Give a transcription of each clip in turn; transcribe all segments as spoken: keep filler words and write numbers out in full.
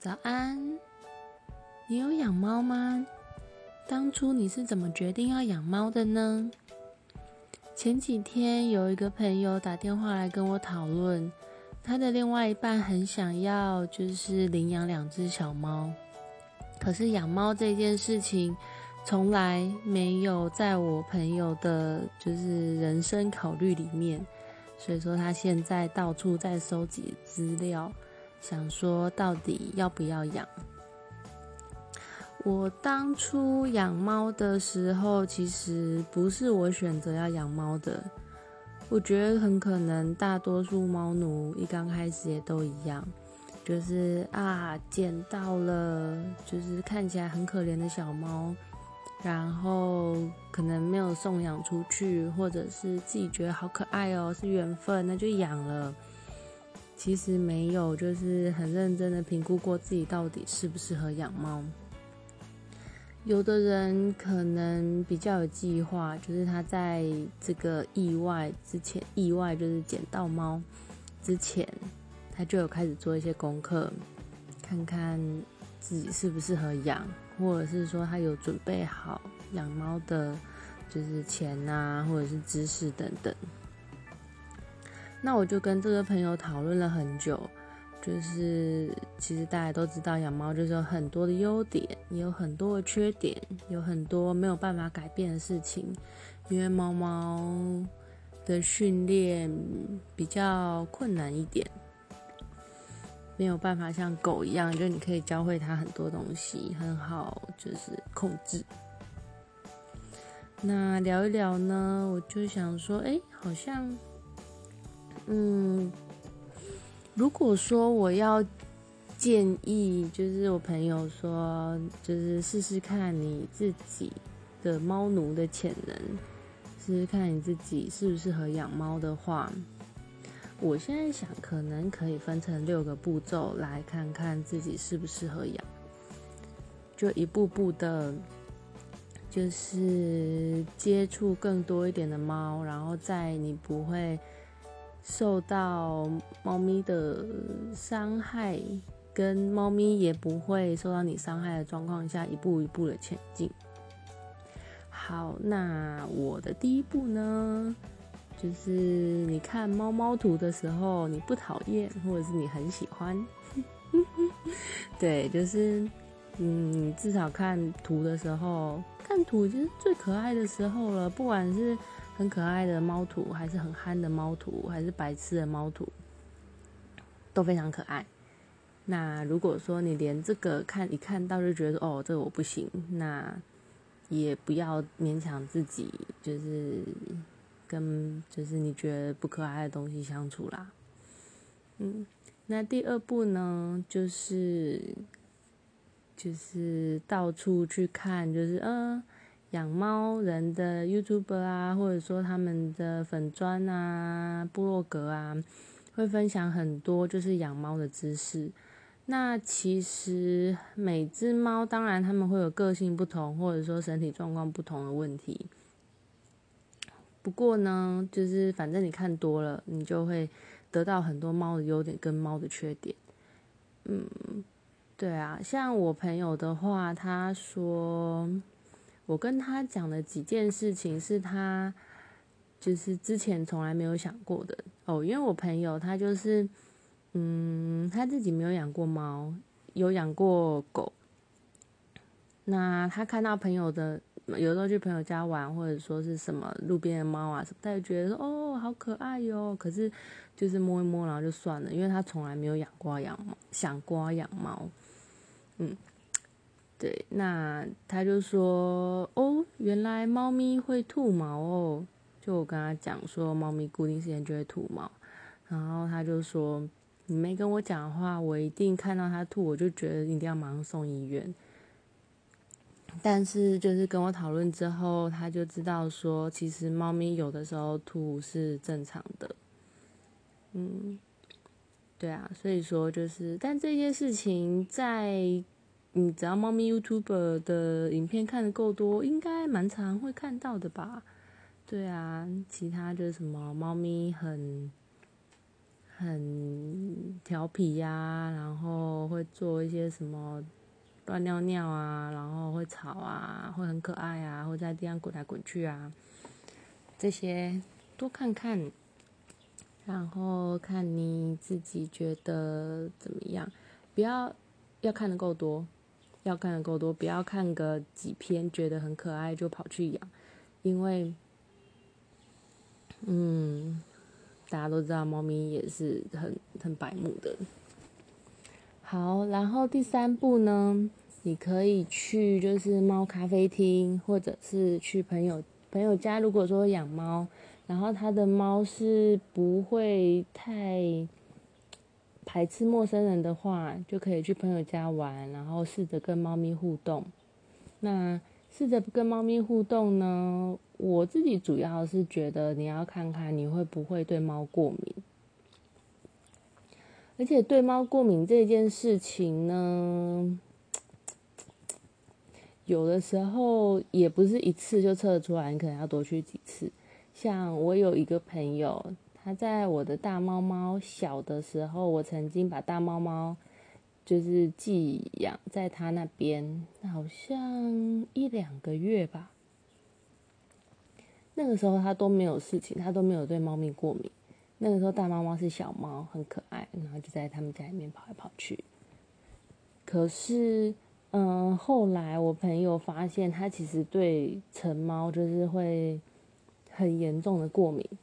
早安，你有养猫吗？当初你是怎么决定要养猫的呢？前几天有一个朋友打电话来跟我讨论，他的另外一半很想要就是领养两只小猫，可是养猫这件事情从来没有在我朋友的就是人生考虑里面，所以说他现在到处在收集资料，想说到底要不要养。我当初养猫的时候，其实不是我选择要养猫的。我觉得很可能大多数猫奴一刚开始也都一样，就是啊捡到了，就是看起来很可怜的小猫，然后可能没有送养出去，或者是自己觉得好可爱哦，是缘分，那就养了。其实没有，就是很认真的评估过自己到底适不适合养猫。有的人可能比较有计划，就是他在这个意外之前，意外就是捡到猫之前，他就有开始做一些功课，看看自己适不适合养，或者是说他有准备好养猫的，就是钱啊，或者是知识等等。那我就跟这个朋友讨论了很久。就是其实大家都知道养猫就是有很多的优点，也有很多的缺点，有很多没有办法改变的事情，因为猫猫的训练比较困难一点，没有办法像狗一样，就你可以教会它很多东西，很好就是控制。那聊一聊呢，我就想说哎，好像嗯如果说我要建议，就是我朋友说，就是试试看你自己的猫奴的潜能，试试看你自己适不适合养猫的话，我现在想可能可以分成六个步骤来看看自己适不适合养，就一步步的，就是接触更多一点的猫，然后在你不会受到猫咪的伤害，跟猫咪也不会受到你伤害的状况下，一步一步的前进。好，那我的第一步呢，就是你看猫猫图的时候，你不讨厌，或者是你很喜欢，对，就是嗯，至少看图的时候，看图就是最可爱的时候了，不管是很可爱的猫图，还是很憨的猫图，还是白痴的猫图，都非常可爱。那如果说你连这个看一看到就觉得哦，这个我不行，那也不要勉强自己，就是跟就是你觉得不可爱的东西相处啦。嗯，那第二步呢，就是就是到处去看，就是呃。养猫人的 YouTuber 啊，或者说他们的粉专啊、部落格啊，会分享很多就是养猫的知识。那其实每只猫当然它们会有个性不同，或者说身体状况不同的问题。不过呢，就是反正你看多了，你就会得到很多猫的优点跟猫的缺点。嗯，对啊，像我朋友的话，他说。我跟他讲的几件事情是他就是之前从来没有想过的哦，因为我朋友他就是嗯他自己没有养过猫，有养过狗。那他看到朋友的有时候去朋友家玩，或者说是什么路边的猫啊什么，他就觉得说哦好可爱哟，可是就是摸一摸然后就算了，因为他从来没有养过养猫，想过养猫。嗯。对，那他就说哦，原来猫咪会吐毛哦。就我跟他讲说，猫咪固定时间就会吐毛，然后他就说，你没跟我讲的话，我一定看到它吐，我就觉得一定要马上送医院。但是就是跟我讨论之后，他就知道说，其实猫咪有的时候吐是正常的。嗯，对啊，所以说就是，但这些事情在。你只要猫咪 YouTuber 的影片看得够多，应该蛮常会看到的吧？对啊，其他就是什么猫咪很很调皮呀、啊，然后会做一些什么乱尿尿啊，然后会吵啊，会很可爱啊，会在地上滚来滚去啊，这些多看看，然后看你自己觉得怎么样，不要要看得够多，要看得够多，不要看个几篇觉得很可爱就跑去养，因为嗯。大家都知道猫咪也是很很白目的。好，然后第三步呢，你可以去就是猫咖啡厅，或者是去朋友朋友家，如果说养猫，然后他的猫是不会太排斥陌生人的话，就可以去朋友家玩，然后试着跟猫咪互动。那试着跟猫咪互动呢，我自己主要是觉得你要看看你会不会对猫过敏，而且对猫过敏这件事情呢，有的时候也不是一次就测得出来，你可能要多去几次。像我有一个朋友，他在我的大猫猫小的时候，我曾经把大猫猫就是寄养在他那边，好像一两个月吧。那个时候他都没有事情，他都没有对猫咪过敏。那个时候大猫猫是小猫，很可爱，然后就在他们家里面跑来跑去。可是，嗯、呃，后来我朋友发现他其实对成猫就是会很严重的过敏，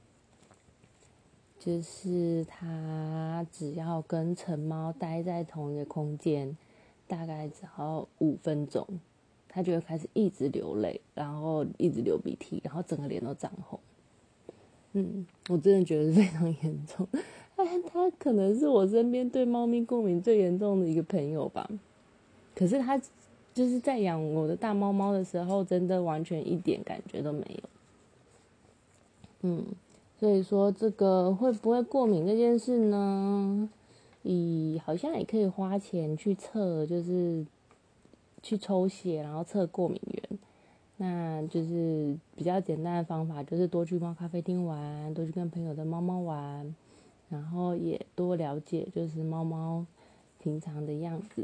就是他只要跟成猫待在同一个空间，大概只要五分钟，他就会开始一直流泪，然后一直流鼻涕，然后整个脸都涨红。嗯，我真的觉得非常严重。他他可能是我身边对猫咪过敏最严重的一个朋友吧。可是他就是在养我的大猫猫的时候，真的完全一点感觉都没有。嗯，所以说这个会不会过敏这件事呢，以好像也可以花钱去测，就是去抽血，然后测过敏源。那就是比较简单的方法，就是多去猫咖啡厅玩，多去跟朋友的猫猫玩，然后也多了解就是猫猫平常的样子。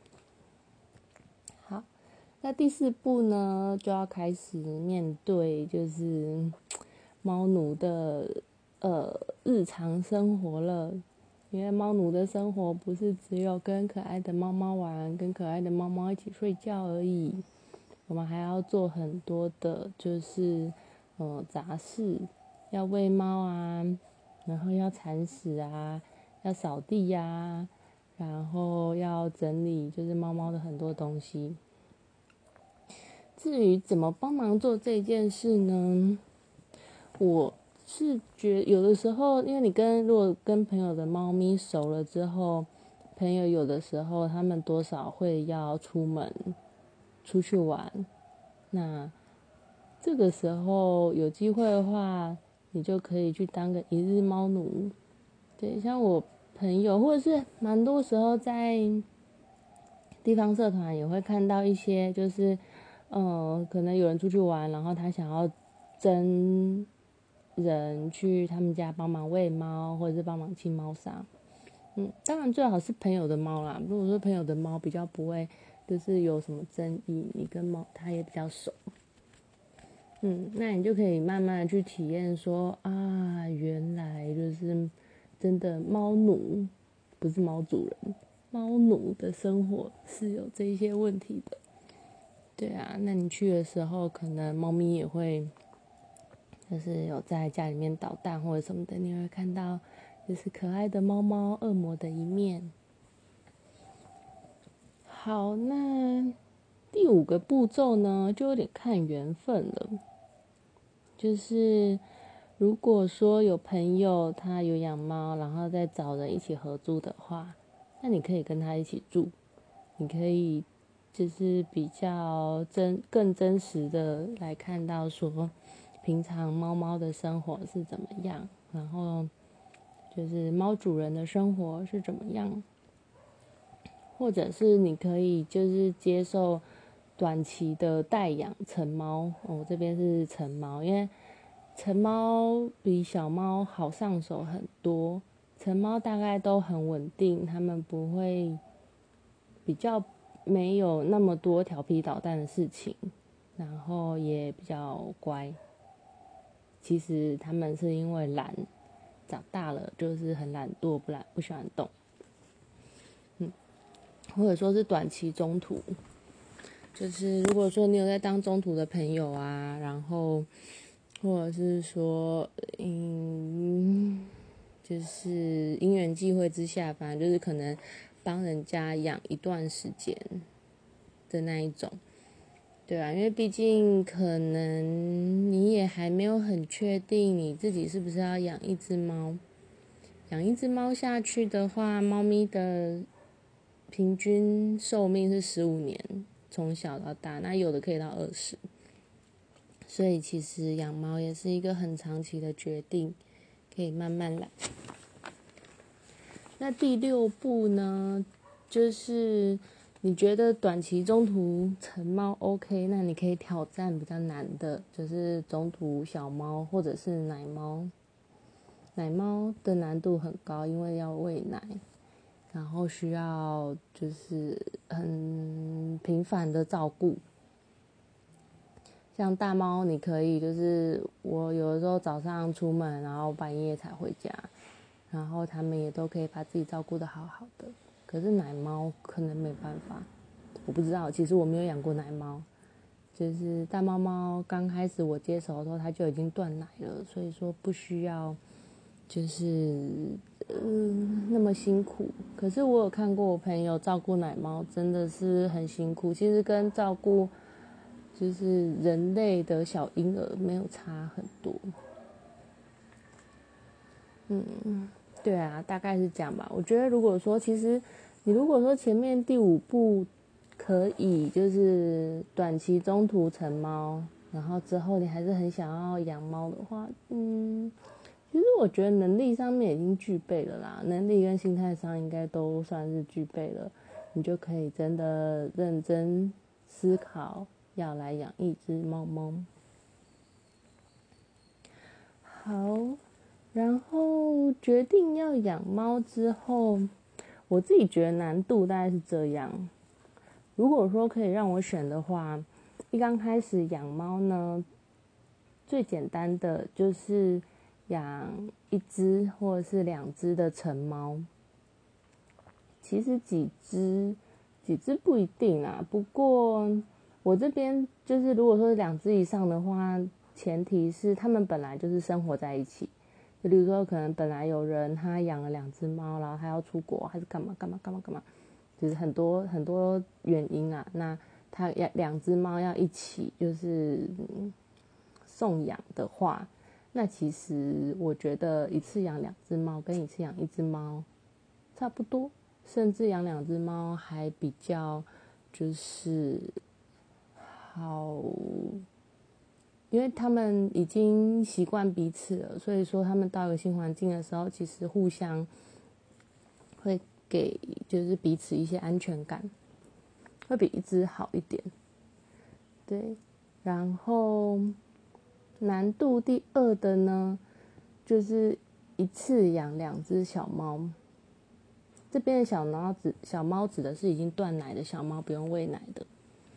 好，那第四步呢，就要开始面对就是猫奴的呃日常生活了。因为猫奴的生活不是只有跟可爱的猫猫玩，跟可爱的猫猫一起睡觉而已。我们还要做很多的，就是呃杂事，要喂猫啊，然后要铲屎啊，要扫地呀、啊，然后要整理，就是猫猫的很多东西。至于怎么帮忙做这件事呢？我是觉得有的时候，因为你跟如果跟朋友的猫咪熟了之后，朋友有的时候他们多少会要出门出去玩，那这个时候有机会的话，你就可以去当个一日猫奴。对，像我朋友，或者是蛮多时候在地方社团也会看到一些，就是呃，可能有人出去玩，然后他想要征人去他们家帮忙喂猫，或者是帮忙清猫砂。嗯，当然最好是朋友的猫啦。如果说朋友的猫比较不会，就是有什么争议，你跟猫它也比较熟。嗯，那你就可以慢慢的去体验说啊，原来就是真的猫奴不是猫主人，猫奴的生活是有这一些问题的。对啊，那你去的时候，可能猫咪也会就是有在家里面捣蛋或者什么的，你会看到就是可爱的猫猫恶魔的一面。好，那第五个步骤呢，就有点看缘分了。就是如果说有朋友他有养猫，然后再找人一起合租的话，那你可以跟他一起住，你可以就是比较真更真实的来看到说平常猫猫的生活是怎么样，然后就是猫主人的生活是怎么样，或者是你可以就是接受短期的代养成猫。我这边是成猫，因为成猫比小猫好上手很多， 成猫大概都很稳定，它们不会比较没有那么多调皮捣蛋的事情，然后也比较乖。其实它们是因为懒，长大了就是很懒惰，不懒不喜欢动。嗯，或者说是短期中途，就是如果说你有在当中途的朋友啊，然后或者是说，嗯，就是因缘际会之下，反正就是可能帮人家养一段时间的那一种，对啊，因为毕竟可能你也还没有很确定你自己是不是要养一只猫。养一只猫下去的话，猫咪的平均寿命是十五年，从小到大，那有的可以到二十。所以其实养猫也是一个很长期的决定，可以慢慢来。那第六步呢，就是你觉得短期中途成猫 OK， 那你可以挑战比较难的，就是中途小猫或者是奶猫。奶猫的难度很高，因为要喂奶，然后需要就是很频繁的照顾。像大猫，你可以就是我有的时候早上出门，然后半夜才回家，然后他们也都可以把自己照顾得好好的。可是奶猫可能没办法，我不知道，其实我没有养过奶猫。就是大猫猫刚开始我接手的时候，它就已经断奶了，所以说不需要就是嗯那么辛苦。可是我有看过我朋友照顾奶猫真的是很辛苦，其实跟照顾就是人类的小婴儿没有差很多。嗯，对啊，大概是这样吧。我觉得如果说其实你如果说前面第五步可以就是短期中途成猫，然后之后你还是很想要养猫的话，嗯，其实我觉得能力上面已经具备了啦，能力跟心态上应该都算是具备了，你就可以真的认真思考要来养一只猫猫。好，然后决定要养猫之后，我自己觉得难度大概是这样。如果说可以让我选的话，一刚开始养猫呢，最简单的就是养一只或者是两只的成猫。其实几只几只不一定啊，不过我这边就是如果说是两只以上的话，前提是他们本来就是生活在一起。就比如说可能本来有人他养了两只猫，然后他要出国还是干嘛干嘛干嘛干嘛，就是很多很多原因啊，那他要两只猫要一起就是送养的话，那其实我觉得一次养两只猫跟一次养一只猫差不多，甚至养两只猫还比较就是好，因为他们已经习惯彼此了，所以说他们到一个新环境的时候，其实互相会给就是彼此一些安全感，会比一只好一点。对，然后难度第二的呢，就是一次养两只小猫。这边的小猫指小猫指的是已经断奶的小猫，不用喂奶的。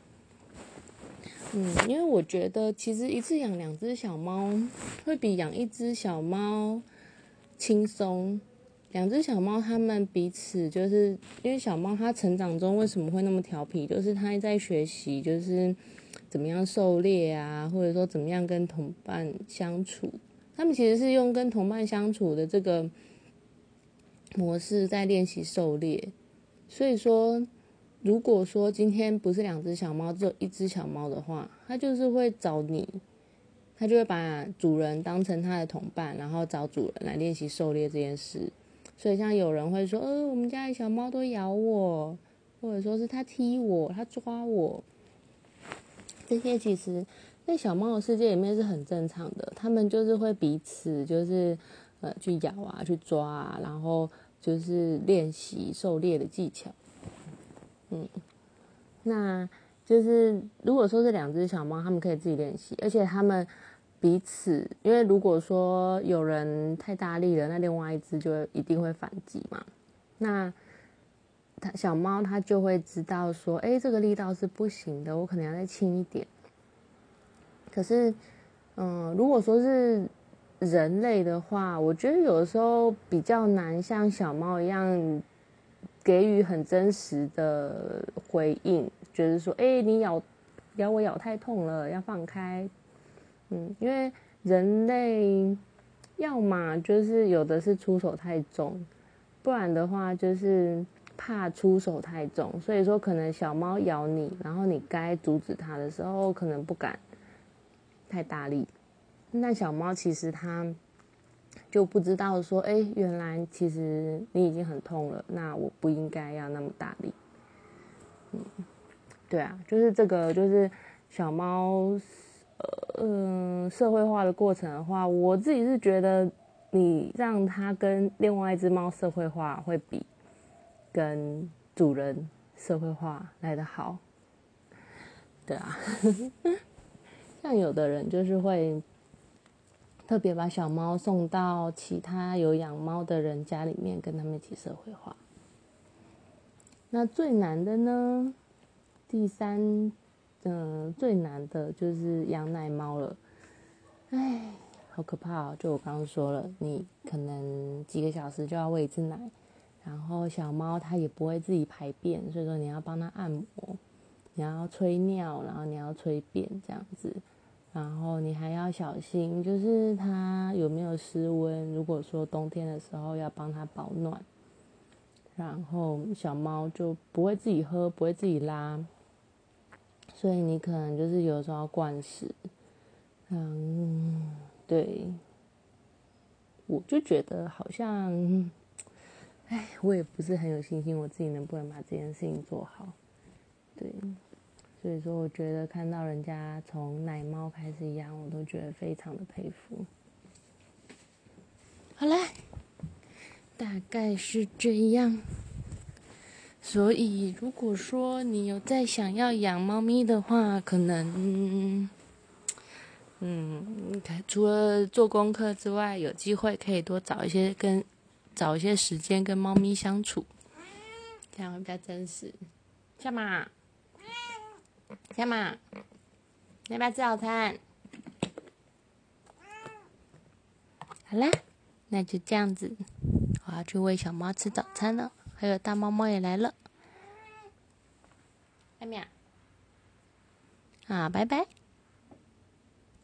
嗯，因为我觉得其实一次养两只小猫会比养一只小猫轻松。两只小猫它们彼此就是因为小猫它成长中为什么会那么调皮，就是它在学习就是怎么样狩猎啊，或者说怎么样跟同伴相处。它们其实是用跟同伴相处的这个模式在练习狩猎。所以说如果说今天不是两只小猫，只有一只小猫的话，它就是会找你，它就会把主人当成它的同伴，然后找主人来练习狩猎这件事。所以像有人会说，呃，我们家的小猫都咬我，或者说是它踢我，它抓我，这些其实在小猫的世界里面是很正常的，它们就是会彼此就是呃去咬啊，去抓啊，然后就是练习狩猎的技巧。嗯，那就是如果说是两只小猫，它们可以自己练习，而且它们彼此，因为如果说有人太大力了，那另外一只就一定会反击嘛。那它小猫它就会知道说，哎，这个力道是不行的，我可能要再轻一点。可是，嗯，如果说是人类的话，我觉得有的时候比较难像小猫一样给予很真实的回应，觉得说，哎，你咬咬我咬太痛了，要放开。嗯，因为人类要么就是有的是出手太重，不然的话就是怕出手太重，所以说可能小猫咬你，然后你该阻止它的时候，可能不敢太大力。那小猫其实它就不知道说，哎，原来其实你已经很痛了，那我不应该要那么大力。嗯，对啊，就是这个，就是小猫。呃，嗯，社会化的过程的话，我自己是觉得你让它跟另外一只猫社会化，会比跟主人社会化来得好。对啊，像有的人就是会特别把小猫送到其他有养猫的人家里面，跟他们一起社会化。那最难的呢？第三。嗯，最难的就是养奶猫了，哎，好可怕哦！就我刚刚说了，你可能几个小时就要喂一次奶，然后小猫它也不会自己排便，所以说你要帮它按摩，你要吹尿，然后你要吹便这样子，然后你还要小心，就是它有没有失温，如果说冬天的时候要帮它保暖，然后小猫就不会自己喝，不会自己拉。所以你可能就是有时候要灌食，嗯，对，我就觉得好像，哎，我也不是很有信心，我自己能不能把这件事情做好，对，所以说我觉得看到人家从奶猫开始养，我都觉得非常的佩服。好啦，大概是这样。所以，如果说你有在想要养猫咪的话，可能，嗯，除了做功课之外，有机会可以多找一些跟找一些时间跟猫咪相处，这样会比较真实。夏马，夏马，你要不要吃早餐？好啦，那就这样子，我要去喂小猫吃早餐了。还有大猫猫也来了，艾米啊，啊，拜拜。